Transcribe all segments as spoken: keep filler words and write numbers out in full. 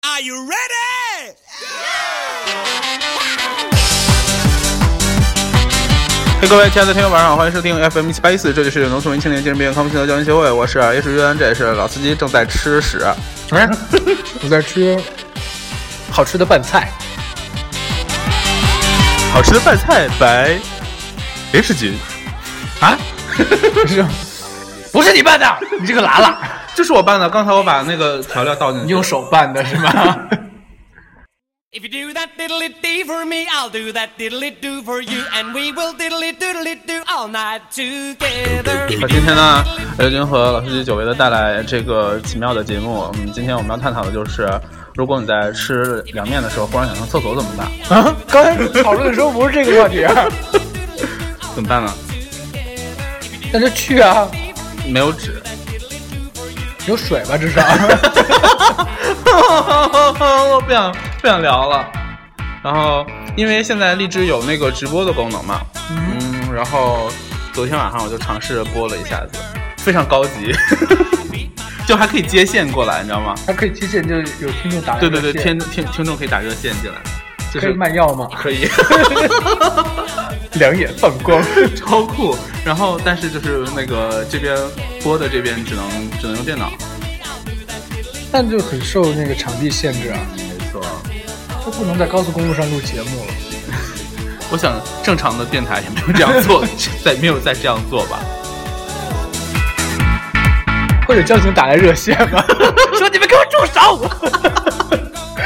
Are you ready? Yeah! 嘿，各位亲爱的听众，晚上好，欢迎收听 F M 一七八一四，这里是农村文青年精神病康复性的教研协会，我是叶世渊，这也是老司机正在吃屎。 哎，我在吃好吃的拌菜， 好吃的拌菜白 H 君啊，不是，不是你拌的，你这个喇喇， 就是我拌的。刚才我把那个调料倒进去， 你用手拌的是吗 ？If you do that diddly dee for me, I'll do that diddly do for you, and we will diddly doodly do all night together. 那今天呢，叶军和老司机久违的带来这个奇妙的节目。嗯，今天我们要探讨的就是，如果你在吃凉面的时候忽然想上厕所怎么办？ 啊，刚才讨论的时候不是这个话题啊？ 怎么办呢？ 那就去啊， 没有纸， 有水吧至少。 我不想不想聊了。然后因为现在荔枝有那个直播的功能嘛，嗯, 嗯，然后昨天晚上我就尝试播了一下子，非常高级，就还可以接线过来，你知道吗？ 还可以接线，就有听众打来热线。 对对对，听听听众可以打热线进来，就是可以卖药吗？ 可以， 两眼放光， 超酷。然后但是就是那个这边播的这边只能只能用电脑。 但就很受那个场地限制啊， 没错， 都不能在高速公路上录节目了。 我想正常的电台也没有这样做，再没有再这样做吧。 或者交警打来热线吧，说你们给我住手！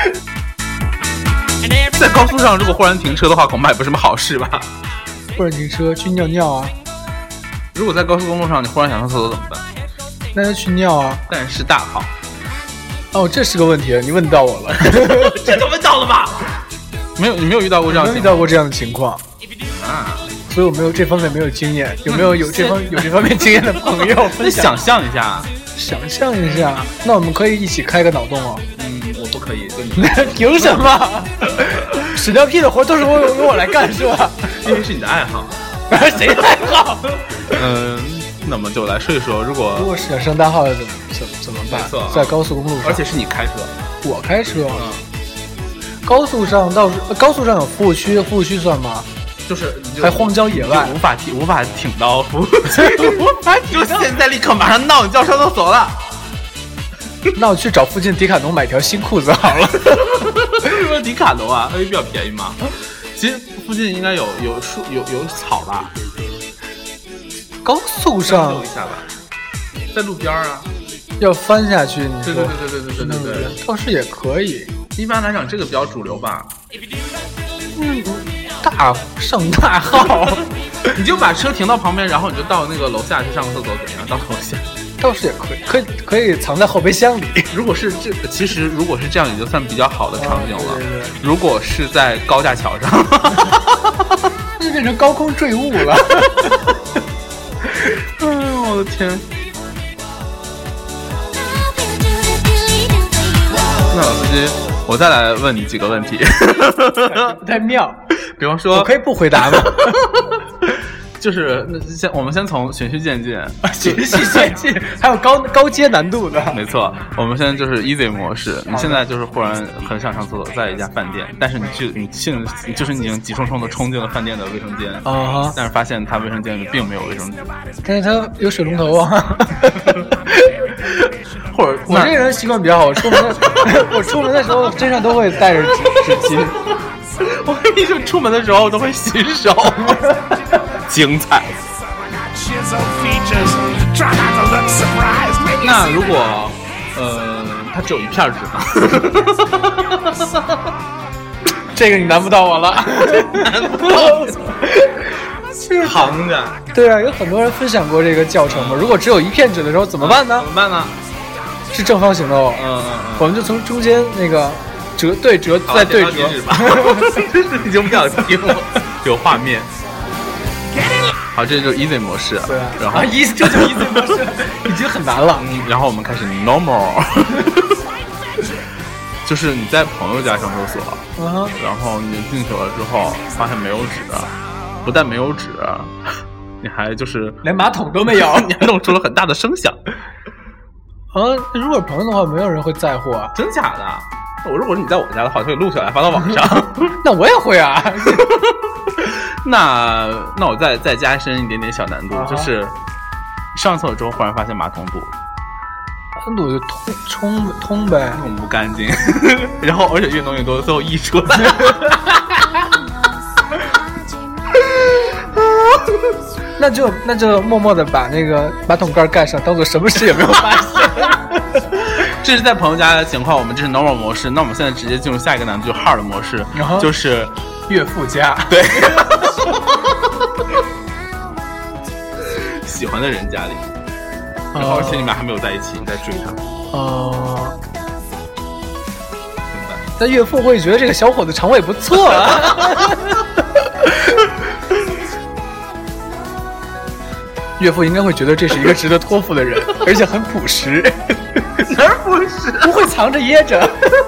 在高速上如果忽然停车的话，恐怕也不是什么好事吧。 忽然停车去尿尿啊？ 如果在高速公路上你忽然想上厕所怎么办？ 那就去尿啊， 但是大号。 哦，这是个问题，你问到我了。 这就问到了吧？没有，你没有遇到过这样的情况？ 没有遇到过这样的情况啊， 所以我没有这方面没有经验。有没有有这方有这方面经验的朋友分享？ 想象一下， 想象一下，那我们可以一起开个脑洞哦。 嗯，我不可以，跟你凭什么？屎尿屁的活都是我由我来干是吧？ 因为是你的爱好。 谁的爱好？ 嗯。那么就来说一说，如果如果是想上大号的怎么怎么怎么办？在高速公路上， 而且是你开车， 我开车。 嗯， 高速上倒是高速上有服务区，服务区算吗？ 就是还荒郊野外， 无法挺无法挺到服务区，无法就现在立刻马上闹，你就要上厕所了。 那我去找附近迪卡侬买条新裤子好了。 为什么迪卡侬啊？因为比较便宜嘛。其实附近应该有有树有有草吧。 高速上一下吧，在路边啊， 要翻下去。你说对对对对对对对对对， 倒是也可以。 一般来讲，这个比较主流吧。 嗯，大上大号， 你就把车停到旁边，然后你就到那个楼下去上个厕所，怎样？到楼下倒是也可以，可以可以藏在后备箱里。 如果是这，其实如果是这样，也就算比较好的场景了。 哦、对对对， 如果是在高架桥上， 那就变成高空坠物了。 哎呦我的天！那老司机，我再来问你几个问题， 不太妙。 比方说， 我可以不回答吗？ 就是先我们先从循序渐进， 循序渐进，还有高高阶难度的。 没错，我们现在就是 easy 模式。你现在就是忽然很想上厕所，在一家饭店，但是你去你进就是你已经急冲冲的冲进了饭店的卫生间啊， uh-huh. 但是发现它卫生间里并没有卫生纸， 但是它有水龙头啊。 或者我这个人习惯比较好，我出门我出门的时候身上都会带着纸纸巾。 我跟你说，出门的时候都会洗手。精彩。那如果呃它只有一片纸呢？ 这个你难不到我了。 难不到我。扛着。 对啊，有很多人分享过这个教程嘛。如果只有一片纸的时候怎么办呢？ 怎么办呢？ 是正方形的哦。 嗯嗯嗯。 我们就从中间那个折对折再对折吧。已经不想听了，有画面。好，这就是 easy 模式。 对啊。 然后 easy 这就 easy 模式已经很难了。 嗯。然后我们开始 normal。就是你在朋友家上厕所， 嗯， 然后你进去了之后发现没有纸，不但没有纸，你还就是连马桶都没有， 你还弄出了很大的声响。 啊，如果朋友的话，没有人会在乎啊。 真假的？ 我如果是你在我家的话，就可以录下来发到网上。 那我也会啊。 那那我再再加深一点点小难度， 啊、 就是上厕所之后忽然发现马桶堵了， 马桶堵就通冲通呗， 弄不干净，然后而且越弄越多，最后溢出来。 那就那就默默的把那个马桶盖盖上，当做什么事也没有发现。 这是在朋友家的情况，我们这是 normal 模式。那我们现在直接进入下一个难度，就是 hard 模式，就是岳父家。 对，喜欢的人家里，然后而且你们还没有在一起，你在追他。 哦、 呃，怎么办？ 但岳父会觉得这个小伙子肠胃不错啊。岳父应该会觉得这是一个值得托付的人，而且很朴实。 哪儿朴实？ 不会藏着掖着。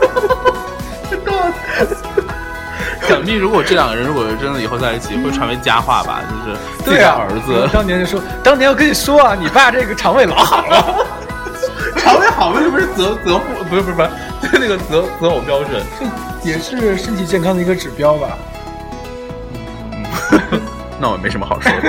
想必如果这两个人如果真的以后在一起，会传为佳话吧？就是对啊， 儿子当年就说，当年我跟你说啊，你爸这个肠胃老好了。 肠胃好为什么是择择不不是不是不是对那个择择偶标准？ 这也是身体健康的一个指标吧？ 嗯，那我没什么好说的。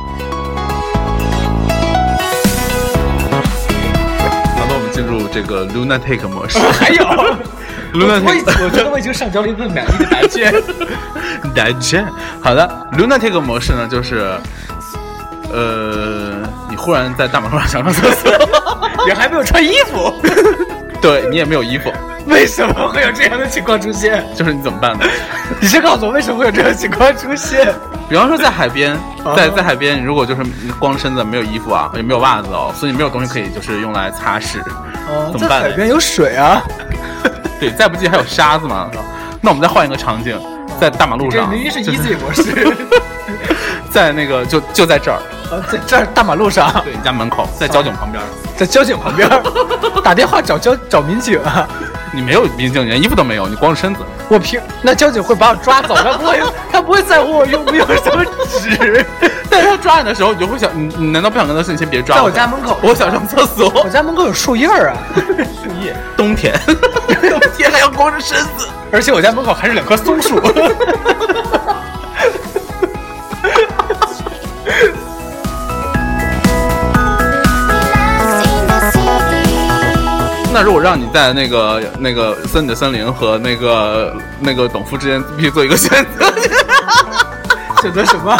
进入这个 lunatic 模式， 还有 lunatic， 我, 我觉得我已经上交了一个满意的答卷。 答卷，好的 ，lunatic 模式呢，就是呃，你忽然在大马路上想上厕所， 你还没有穿衣服， 对你也没有衣服， 为什么会有这样的情况出现？ 就是你怎么办呢？ 你先告诉我为什么会有这样的情况出现？ 比方说在海边，在在海边，如果就是光着身子没有衣服啊，也没有袜子哦，所以你没有东西可以就是用来擦拭， 哦， 怎么办呢？ 在海边有水啊， 对，再不济还有沙子嘛。那我们再换一个场景，在大马路上， 这明明是 easy 模式， 在那个就就在这儿， 啊，在这儿大马路上， 对你家门口，在交警旁边， 在交警旁边打电话找交找民警啊。 你没有民警，连衣服都没有，你光着身子。 我凭那交警会把我抓走，他不会，他不会在乎我用不用什么纸。 但是他抓你的时候，你就会想，你你难道不想跟他说，你先别抓我？ 在我家门口， 我想上厕所。 我家门口有树叶啊， 树叶，冬天，冬天还要光着身子， 而且我家门口还是两棵松树。 那如果让你在那个那个森林的森林和那个那个董夫之间必须做一个选择， 选择什么？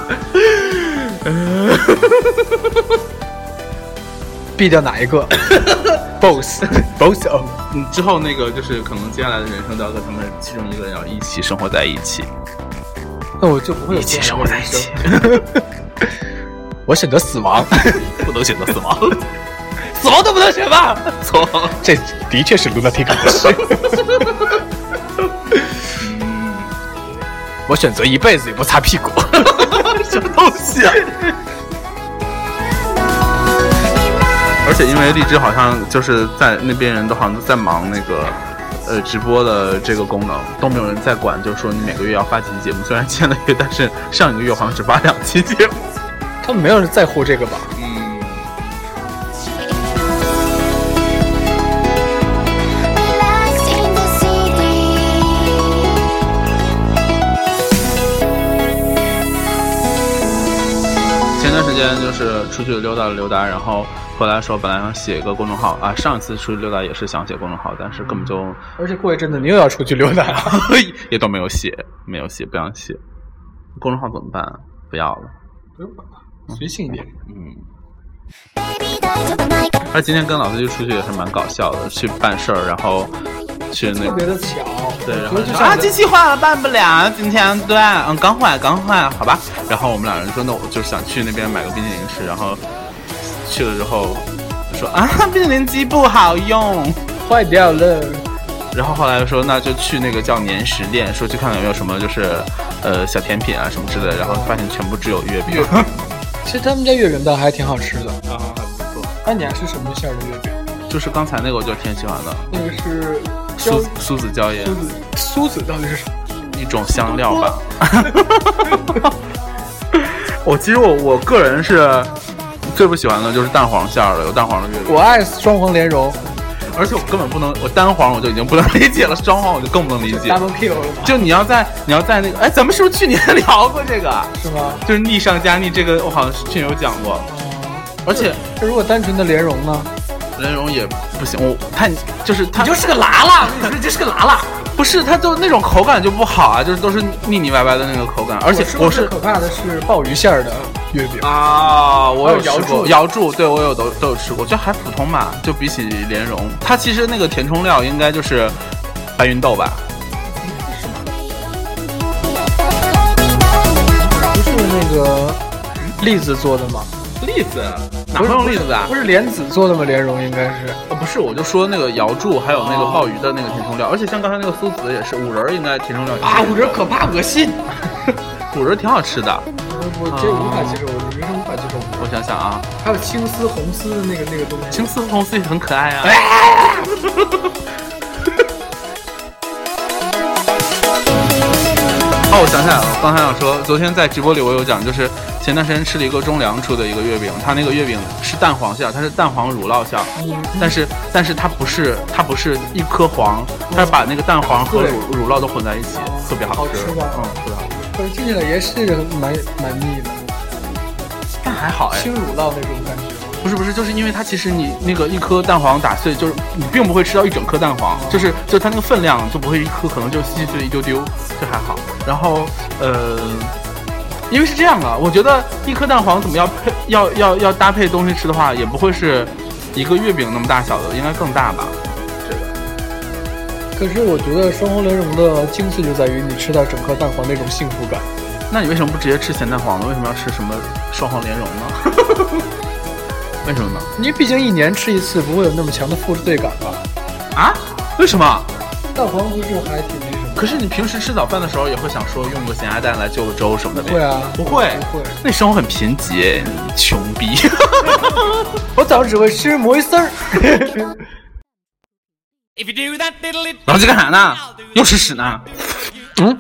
避掉哪一个 ？Both, both of。 嗯，之后那个就是可能接下来的人生都要跟他们其中一个人要一起生活在一起。 那我就不会有一起生活在一起。 我选择死亡， 不能选择死亡。 死亡都不能选吧？ 错， 这的确是 lunatic 的事。我选择一辈子也不擦屁股。 什么东西啊？而且因为荔枝好像就是在那边人都好像都在忙那个呃直播的这个功能，都没有人在管，就是说你每个月要发几期节目。虽然签了约，但是上一个月好像只发两期节目。 他们没有人在乎这个吧？ 嗯。前段时间就是出去溜达了溜达，然后回来说本来想写一个公众号啊，上一次出去溜达也是想写公众号，但是根本就、嗯、 而且过一阵子你又要出去溜达了， 也都没有写，没有写，不想写。公众号怎么办？不要了， 不用管了，随性一点。 嗯。而今天跟老司机出去也是蛮搞笑的，去办事儿，然后去那个特别的巧， 对，然后就说啊，机器坏了，办不了，今天对，嗯，刚坏，刚坏，好吧。然后我们两人说，那我就想去那边买个冰淇淋吃，然后去了之后说啊，冰淇淋机不好用， 坏掉了。 然后后来说那就去那个叫年食店，说去看看有没有什么就是呃小甜品啊什么之类的，然后发现全部只有月饼。 其实他们家月饼倒还挺好吃的啊，还不错。 那你还吃什么馅的月饼？ 就是刚才那个我就挺喜欢的， 那个是苏苏子椒盐。 苏子苏子到底是什么？ 一种香料吧。我其实我我个人是最不喜欢的就是蛋黄馅的，有蛋黄的月饼。 我爱双黄莲蓉。 而且我根本不能，我单黄我就已经不能理解了，双黄我就更不能理解。 double kill 了吗？ 就你要在你要在那个，哎，咱们是不是去年聊过这个？ 是吗？ 就是逆上加逆，这个我好像去年有讲过。而且如果单纯的莲蓉呢？ 莲蓉也不行，我太就是它你就是个拉拉，你说这是个拉拉。 不是，它就那种口感就不好啊，就是都是腻腻歪歪的那个口感。而且我是可怕的是鲍鱼馅儿的月饼啊，我有吃过瑶柱，对我有都都有吃过，就还普通吧，就比起莲蓉，它其实那个填充料应该就是白芸豆吧？ 不是那个栗子做的吗？ 栗子哪会用栗子啊？ 不是莲子做的吗？莲蓉应该是。 哦，不是，我就说那个瑶柱还有那个鲍鱼的那个填充料，而且像刚才那个苏子也是，五仁应该填充料啊，五仁可怕恶心， 五仁挺好吃的。 我这无法接受，我人生无法接受。 我想想啊， 还有青丝红丝的那个那个东西， 青丝红丝也很可爱啊。哦，我想起来了，我刚才想说，昨天在直播里我有讲，就是前段时间吃了一个中粮出的一个月饼，它那个月饼是蛋黄馅，它是蛋黄乳酪馅，嗯、但是但是它不是它不是一颗黄，它是把那个蛋黄和乳乳酪都混在一起，特别好吃， 好吃吧？ 嗯，特别好吃。 可是听起来也是蛮蛮腻的， 但还好哎， 轻乳酪那种感觉。 不是不是，就是因为它其实你那个一颗蛋黄打碎，就是你并不会吃到一整颗蛋黄，就是就它那个分量就不会一颗，可能就稀碎一丢丢，就还好。然后呃，因为是这样啊，我觉得一颗蛋黄怎么要配要要要搭配东西吃的话，也不会是一个月饼那么大小的，应该更大吧？这个。 可是我觉得双黄莲蓉的精髓就在于你吃到整颗蛋黄那种幸福感。 那你为什么不直接吃咸蛋黄呢？为什么要吃什么双黄莲蓉呢？为什么呢？ 你毕竟一年吃一次，不会有那么强的负罪感吧？ 啊？为什么？ 蛋黄不是还挺那什么？ 可是你平时吃早饭的时候也会想说用个咸鸭蛋来就个粥什么的。 不会啊， 不会， 不会。 那生活很贫瘠，穷逼。 我早上只会吃摩伊丝儿。 老子干啥呢？又吃屎呢？嗯。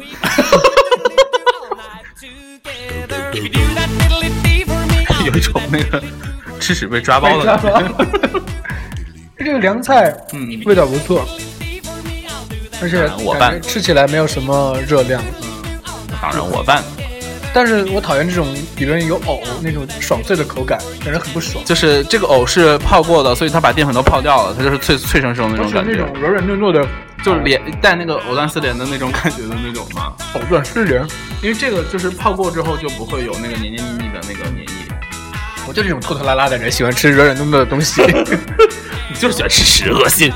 有一种那个吃屎被抓包的感觉。 这个凉菜，嗯，味道不错，而且我拌吃起来没有什么热量。 嗯，当然我拌。 但是我讨厌这种里边有藕那种爽脆的口感，让人很不爽。 就是这个藕是泡过的，所以它把淀粉都泡掉了，它就是脆脆生生的那种感觉， 那种软软糯糯的， 就是连带那个藕断丝连的那种感觉的那种嘛。 藕断丝连， 因为这个就是泡过之后就不会有那个黏黏腻腻的那个黏液。 我就这种拖拖拉拉的人，喜欢吃软软糯糯的东西。 你就是喜欢吃屎，恶心。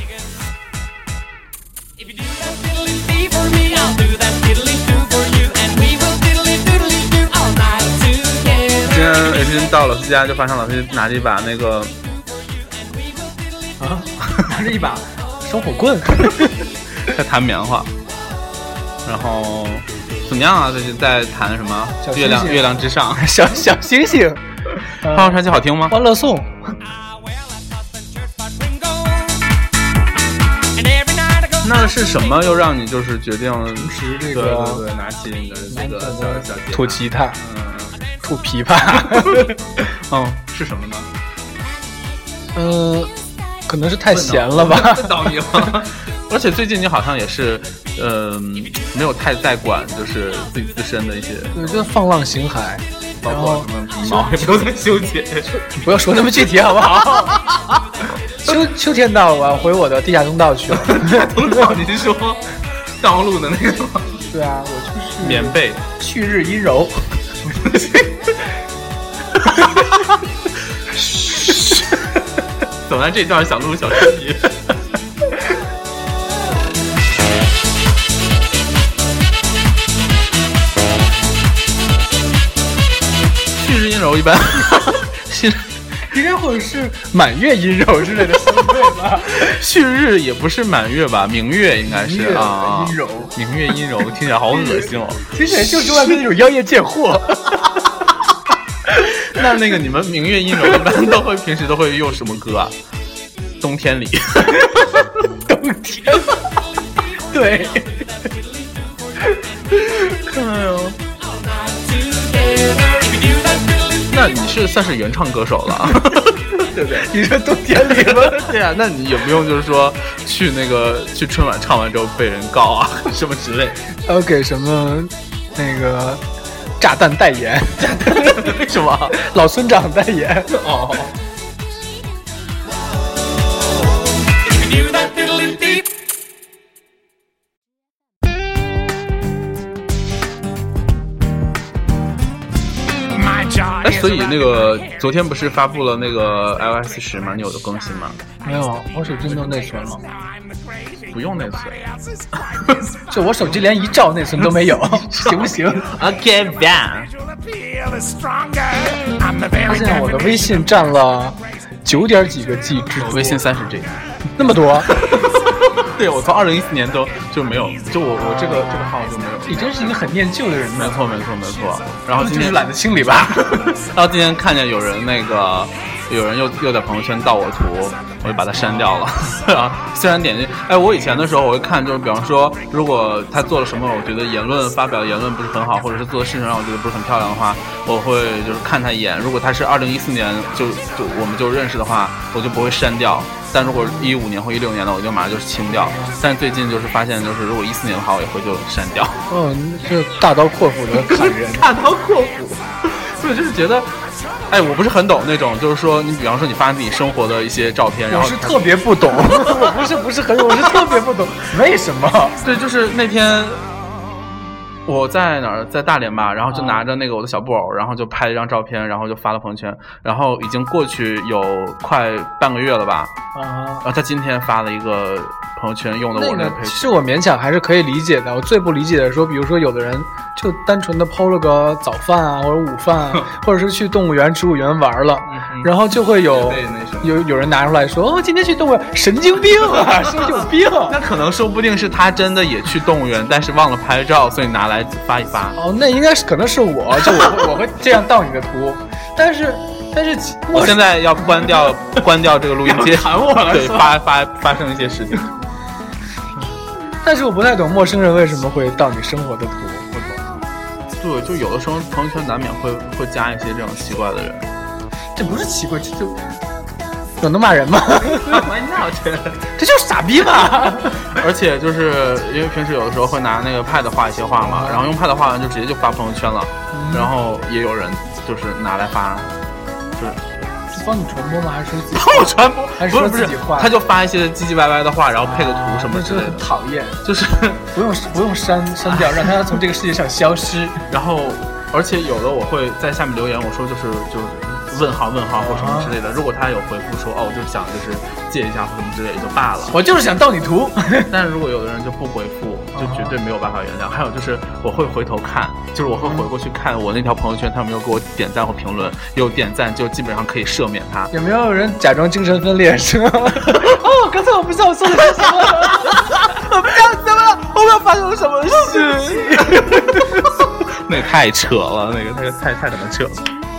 今天 H 君到老师家就发现老师拿着一把那个啊，拿着一把烧火棍在弹棉花，然后怎么样啊？最近在弹什么？月亮月亮之上， 小小星星。 花花传奇好听吗？ 欢乐颂。 那是什么又让你就是决定同时这个对对对拿起你的这个小小吐吉他， 嗯， 吐琵琶， 嗯，是什么呢？ 嗯，可能是太闲了吧， 倒你了。而且最近你好像也是，嗯、呃，没有太在管，就是自己自身的一些， 对，就放浪形骸， 包括什么鼻毛也不在修剪， 不要说那么具体好不好？秋秋天到了，我要回我的地下通道去了。 地下通道，你是说道路的那个吗？ 对啊，我就是棉被， 旭日阴柔。 走完这段想录小视频。旭日阴柔一般， 应该或者是满月阴柔之类的词汇吧。 旭日也不是满月吧？明月应该是啊。 阴柔， 明月阴柔，听起来好恶心哦。 听起来就是外面那种妖艳贱货。 那那个你们明月阴柔一般都会平时都会用什么歌啊？冬天里。 冬天。对。 哎呦。那你是算是原创歌手了。 对不对？ 你说冬天里吗？ 对啊，那你有没有就是说去那个去春晚唱完之后被人告啊什么之类的？ 要给什么那个炸弹代言？ 为什么？ 老村长代言哦。哎，所以那个昨天不是发布了那个 iOS 十吗？你有的更新吗？ 没有，我手机没有内存了。 不用内存， 就我手机连一兆内存都没有，行不行 ？OK， bye。 发现我的微信占了九点几个 G， 微信三十 G， 那么多。 对，我从二零一四年都就没有，就我我这个这个号就没有。 你真是一个很念旧的人。 没错没错没错。然后今天就是懒得清理吧。 然后今天看见有人那个有人又又在朋友圈盗我图，我就把它删掉了。虽然点进，哎，我以前的时候我会看，就是比方说，如果他做了什么，我觉得言论发表的言论不是很好，或者是做的事情让我觉得不是很漂亮的话，我会就是看他一眼。如果他是二零一四年就就我们就认识的话，我就不会删掉。但如果一五年或一六年的，我就马上就是清掉。但最近就是发现，就是如果一四年的话，我也会就删掉。 哦，这大刀阔斧的砍人， 大刀阔斧。所以就是觉得，哎，我不是很懂那种，就是说，你比方说你发自己生活的一些照片，然后我是特别不懂，我不是不是很，我是特别不懂，为什么？ 对，就是那天。我在哪儿，在大连吧，然后就拿着那个我的小布偶，然后就拍了一张照片，然后就发了朋友圈，然后已经过去有快半个月了吧，啊，然后他今天发了一个朋友圈，用的我那个配置。 其实我勉强还是可以理解的，我最不理解的是说，比如说有的人就单纯的 P O 了个早饭啊，或者午饭啊，或者是去动物园、植物园玩了，嗯、然后就会有有有人拿出来说，哦，今天去动物园，神经病啊，是不是有病？ 那可能说不定是他真的也去动物园，但是忘了拍照，所以拿来发一发。 哦，那应该是可能是我，就我我会这样盗你的图，但是但是我现在要关掉关掉这个录音机， 砍我了， 对，发发发生一些事情。 但是我不太懂陌生人为什么会盗你生活的图，不懂。 对，就有的时候朋友圈难免会会加一些这种奇怪的人。 这不是奇怪，这就有能骂人吗？ 这这就是傻逼嘛！ 而且就是因为平时有的时候会拿那个 pad 画一些画嘛，然后用 pad 画完就直接就发朋友圈了，嗯、然后也有人就是拿来发，就是是帮你传播吗？还是说自己帮我传播？ 还是说自己画？ 他就发一些唧唧歪歪的话，然后配个图什么之类的， 很讨厌。 就是不用不用删删掉，让他从这个世界上消失。 然后，而且有的我会在下面留言，我说就是就。问号问号或什么之类的，如果他有回复说哦，我就是想就是借一下或什么之类也就罢了。 我就是想盗你图， 但是如果有的人就不回复，就绝对没有办法原谅。还有就是我会回头看，就是我会回过去看我那条朋友圈，他有没有给我点赞或评论，有点赞就基本上可以赦免他。 有没有人假装精神分裂是吗？哦，刚才我不知道我说的是什么，我不知道怎么了，我不知道发生了什么事。 那个太扯了，那个那个太太他妈扯了。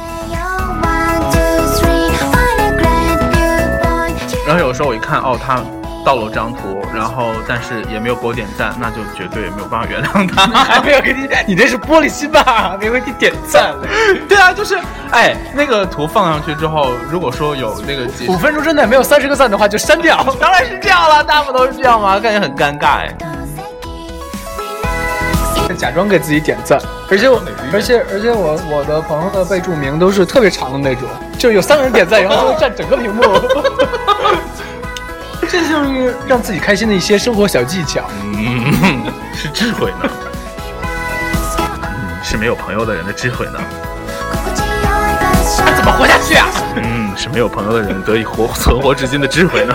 然后有时候我一看，哦，他盗了我这张图，然后但是也没有给我点赞，那就绝对没有办法原谅他。 还没有给你，你这是玻璃心吧？没给你点赞。 对啊，就是，哎，那个图放上去之后，如果说有那个五分钟之内没有三十个赞的话，就删掉。 当然是这样了，大家不都是这样吗？感觉很尴尬哎。 假装给自己点赞，而且我，而且而且我我的朋友的备注名都是特别长的那种，就是有三个人点赞，然后就会占整个屏幕。这就是让自己开心的一些生活小技巧。 嗯，是智慧呢。嗯，是没有朋友的人的智慧呢。 他怎么活下去啊？ 嗯，是没有朋友的人得以活存活至今的智慧呢。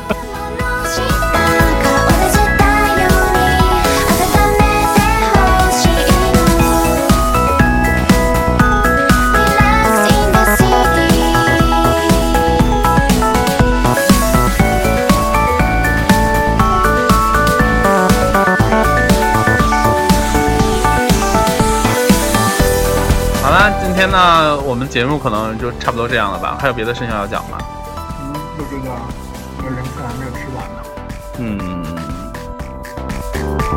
今天呢，我们节目可能就差不多这样了吧？还有别的事情要讲吗？ 嗯，不知道，我零食还没有吃完呢。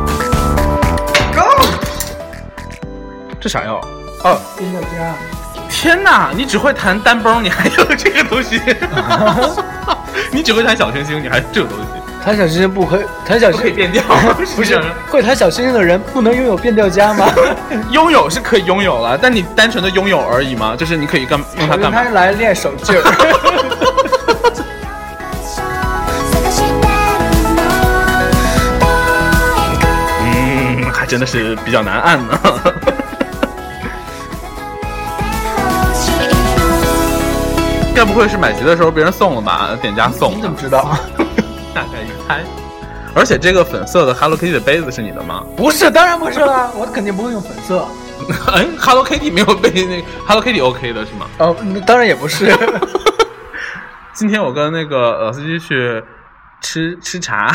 嗯。Go！ 这啥药？哦， 天天哪，你只会弹单崩，你还有这个东西？你只会弹小星星，你还有这个东西？ 弹小星星不可以，弹小星可以变调， 不是会弹小星星的人不能拥有变调夹吗？ 拥有是可以拥有了，但你单纯的拥有而已吗？就是你可以干用它干嘛？ 用它来练手劲儿。 嗯，还真的是比较难按呢。该不会是买吉的时候别人送了吧？点家送？ 你怎么知道？ 大概一猜。而且这个粉色的 Hello Kitty 的杯子是你的吗？ 不是，当然不是了，我肯定不会用粉色。 哎 ，Hello Kitty 没有被那个 Hello Kitty OK 的是吗？ 哦，当然也不是。 今天我跟那个老司机去吃吃茶，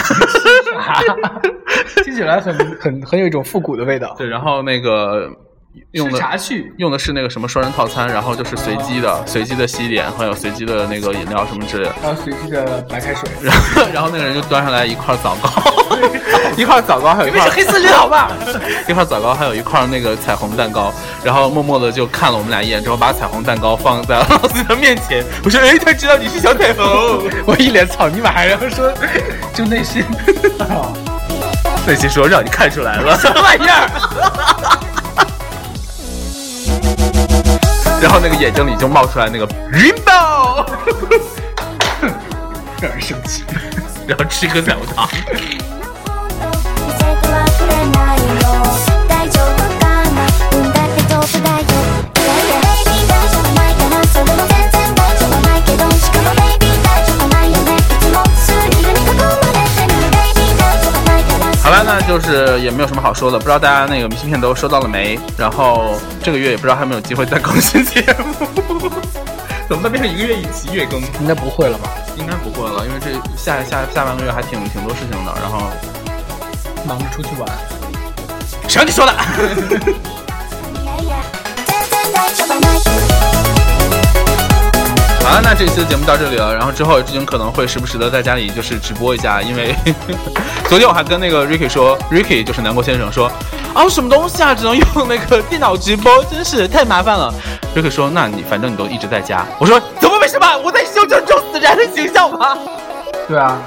听起来很很很有一种复古的味道。 对，然后那个。用的茶序用的是那个什么双人套餐，然后就是随机的、哦、随机的洗脸，还有随机的那个饮料什么之类的， 还有随机的白开水。 然后然后那个人就端上来一块枣糕，一块枣糕，还有一块是黑丝菌好吧？ 一块枣糕，还有一块那个彩虹蛋糕，然后默默的就看了我们俩一眼，之后把彩虹蛋糕放在老司机的面前。我说：“哎，他知道你是小彩虹。” 我一脸草泥马，然后说：“就内心， 内心说让你看出来了， 什么玩意儿？” 然后那个眼睛里就冒出来那个 rainbow， 让人生气。 然后吃一颗彩虹糖。好了，那就是也没有什么好说的，不知道大家那个明信片都收到了没？然后这个月也不知道还有没有机会再更新节目。怎么办变成一个月一期月更？ 应该不会了吧？ 应该不会了，因为这下下下半个月还挺挺多事情的，然后忙着出去玩。 谁让你说的？好了，那这期的节目到这里了，然后之后志经可能会时不时的在家里就是直播一下，因为昨天我还跟那个 Ricky 说 ，Ricky 就是南国先生说，啊什么东西啊，只能用那个电脑直播，真是太麻烦了。Ricky 说，那你反正你都一直在家，我说怎么为什么我在修正周死人的形象吗？ 对啊，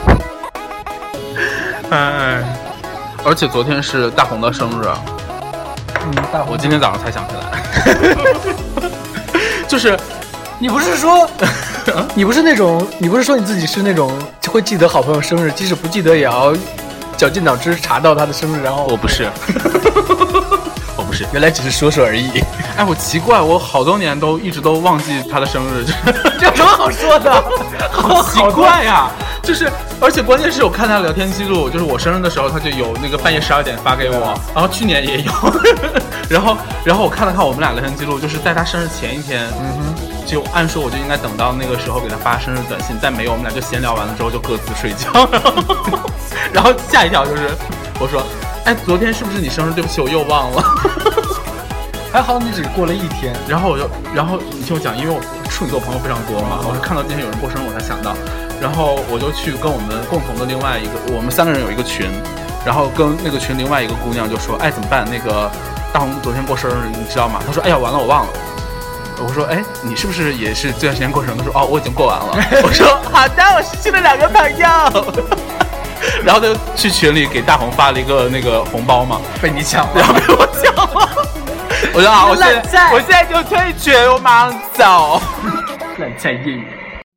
哎，而且昨天是大红的生日， 嗯，大红， 我今天早上才想起来，就是。 你不是说，你不是那种，你不是说你自己是那种会记得好朋友生日，即使不记得也要绞尽脑汁查到他的生日，然后我不是，我不是， 原来只是说说而已。 哎，我奇怪，我好多年都一直都忘记他的生日， 这有什么好说的？ 好奇怪呀、啊！就是，而且关键是我看他聊天记录，就是我生日的时候他就有那个半夜十二点发给我，然后去年也有，然后然后我看了看我们俩聊天记录，就是在他生日前一天，嗯哼。就按说我就应该等到那个时候给他发生日短信，但没有，我们俩就闲聊完了之后就各自睡觉。然后下一条就是我说，哎，昨天是不是你生日？对不起，我又忘了。 还好你只过了一天。 然后我就，然后你听我讲，因为我处女座朋友非常多嘛，我是看到今天有人过生日我才想到，然后我就去跟我们共同的另外一个，我们三个人有一个群，然后跟那个群另外一个姑娘就说，哎，怎么办？那个大红昨天过生日，你知道吗？她说，哎呀，完了，我忘了。我说，哎，你是不是也是这段时间过生日？他说，哦，我已经过完了。我说，好的，我失去了两个朋友。然后他就去群里给大红发了一个那个红包嘛， 被你抢了， 然后被我抢了。我说好，我现在我现在就退群，我马上走。 烂菜谚语。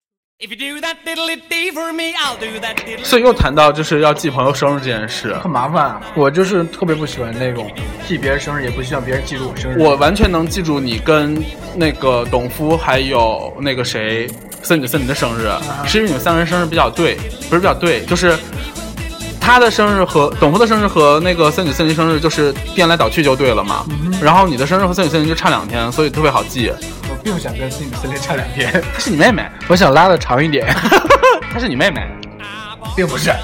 所以又谈到就是要记朋友生日这件事， 很麻烦、啊。我就是特别不喜欢那种记别人生日，也不希望别人记住我生日。 我完全能记住你跟那个董夫还有那个谁森女森女的生日，啊、是因为你们三个人生日比较对，不是比较对，就是他的生日和董夫的生日和那个森女森女生日就是颠来倒去就对了嘛。嗯、然后你的生日和森女森女就差两天，所以特别好记。 我并不想跟森女森女差两天， 她是你妹妹， 我想拉的长一点。 她是你妹妹， 并不是。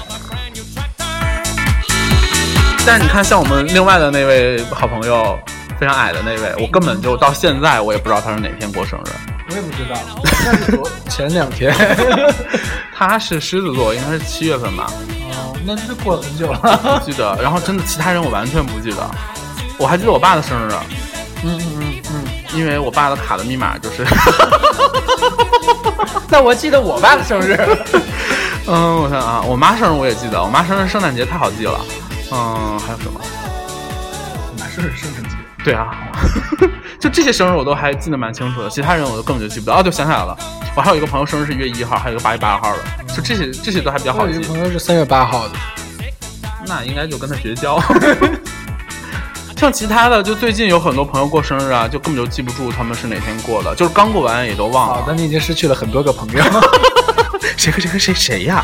但是你看，像我们另外的那位好朋友，非常矮的那位，我根本就到现在我也不知道他是哪天过生日。 我也不知道，那是昨前两天。 他是狮子座，应该是七月份吧。 哦，那就过了很久了。 不记得，然后真的其他人我完全不记得。我还记得我爸的生日。 嗯嗯嗯嗯， 因为我爸的卡的密码就是那我记得我爸的生日。 嗯，我看啊，我妈生日我也记得，我妈生日圣诞节太好记了。嗯，还有什么？ 你妈生日圣诞节？ 对啊，就这些生日我都还记得蛮清楚的，其他人我都根本就记不到。哦，对，想起来了，我还有一个朋友生日是一月一号，还有一个八月八号的，就这些这些都还比较好记。 我有一个朋友是三月八号的， 那应该就跟他绝交。像其他的，就最近有很多朋友过生日啊，就根本就记不住他们是哪天过的，就是刚过完也都忘了。 那你已经失去了很多个朋友。 谁和谁和谁谁呀？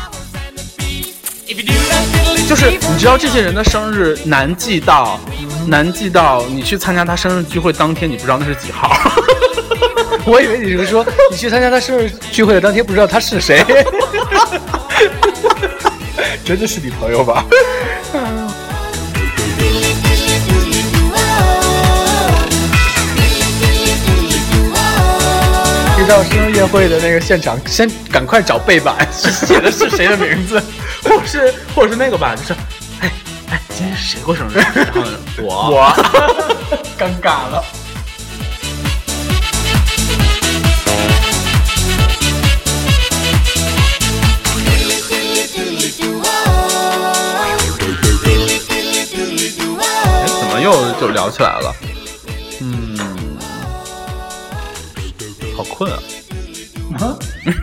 就是你知道这些人的生日难记到，嗯、难记到你去参加他生日聚会当天，你不知道那是几号。 我以为你是说你去参加他生日聚会的当天不知道他是谁。真的是你朋友吧？一到生日宴会的那个现场，先赶快找背板，写的是谁的名字， 或者是或者是那个吧，就是，哎哎，今天是谁过生日？然后我我，尴尬了。 哎，怎么又就聊起来了？嗯。好困啊！啊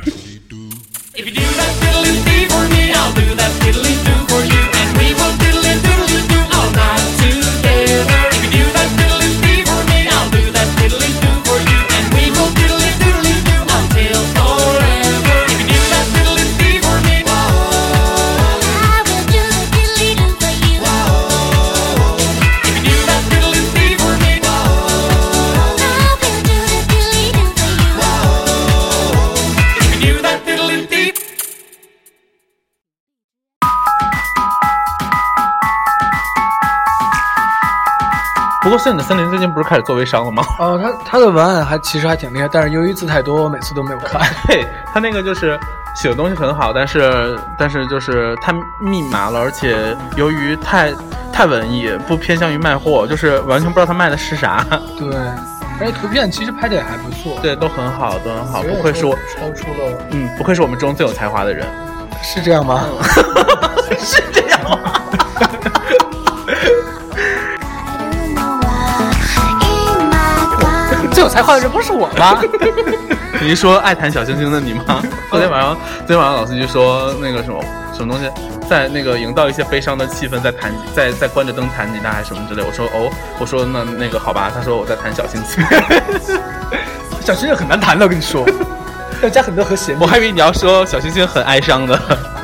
不过森你的森林最近不是开始做微商了吗？ 哦，他他的文案还其实还挺厉害，但是由于字太多，我每次都没有看。 对，他那个就是写的东西很好，但是但是就是太密码了，而且由于太太文艺，不偏向于卖货，就是完全不知道他卖的是啥。 对，而且图片其实拍的也还不错。 对，都很好，都很好，不愧是我超出了， 嗯，不愧是我们中最有才华的人。 是这样吗？ 是这样吗？ 最有才华的人不是我吗？ 你是说爱弹小星星的你吗？昨天晚上，昨天晚上老司机说那个什么什么东西，在那个营造一些悲伤的气氛，在弹，在在关着灯弹吉他还是什么之类。我说哦，我说那那个好吧。他说我在弹小星星， 小星星很难弹的，我跟你说，要加很多和弦。 我还以为你要说小星星很哀伤的。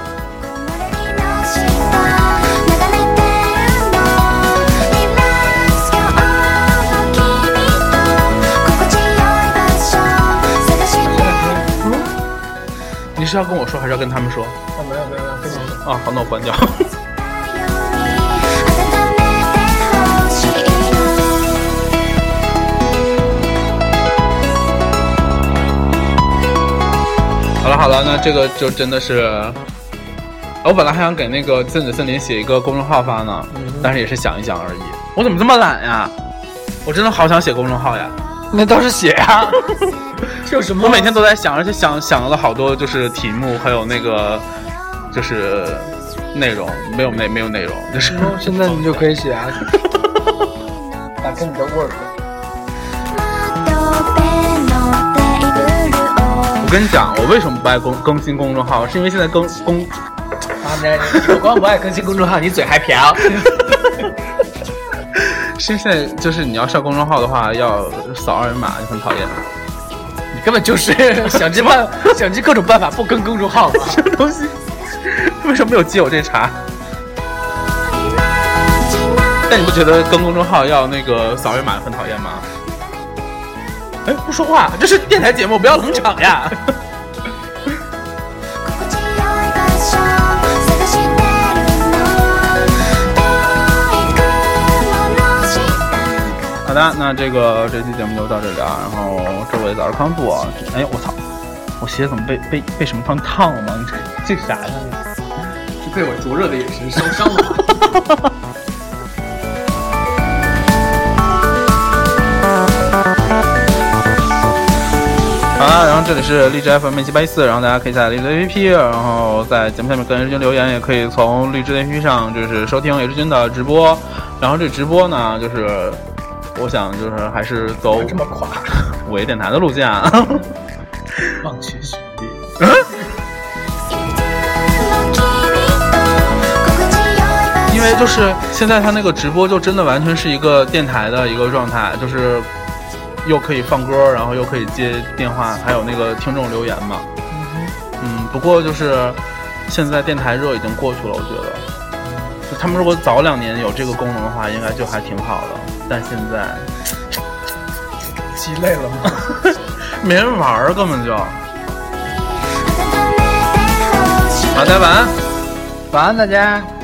你是要跟我说，还是要跟他们说？ 啊，没有没有没有，跟你说。 啊，好，那我关掉。好了好了，那这个就真的是，我本来还想给那个森子森林写一个公众号发呢，嗯、但是也是想一想而已。我怎么这么懒呀？我真的好想写公众号呀！ 那倒是写呀。这有什么？ 我每天都在想，而且想想了好多，就是题目，还有那个就是内容，没有内没有内容，就是。 现在你就可以写啊，打开你的 Word。 我跟你讲，我为什么不爱更更新公众号，是因为现在更公啊，你不光不爱更新公众号，你嘴还瓢。 是现在就是你要上公众号的话，要扫二维码，就很讨厌。 你根本就是想尽办想尽各种办法不更公众号嘛。 什么东西？为什么没有接我这茬？但你不觉得更公众号要那个扫二维码很讨厌吗？哎，不说话，这是电台节目，不要冷场呀。好的，那这个这期节目就到这里啊。然后这位早日康复啊！哎呀，我操，我鞋怎么被被被什么烫烫了吗？这这啥呀？ 是被我灼热的眼神烧伤了。 这里是荔枝 F M 七八一四，然后大家可以下载荔枝 A P P， 然后在节目下面跟日军留言，也可以从荔枝 A P P 上就是收听日军的直播。然后这直播呢，就是我想就是还是走这么垮午夜电台的路线啊， 忘记旋律。 因为就是现在他那个直播就真的完全是一个电台的一个状态，就是又可以放歌，然后又可以接电话，还有那个听众留言嘛。嗯，不过就是现在电台热已经过去了，我觉得就他们如果早两年有这个功能的话，应该就还挺好的。但现在鸡肋了吗？ 没人玩，根本就。好，大家晚安， 晚安大家。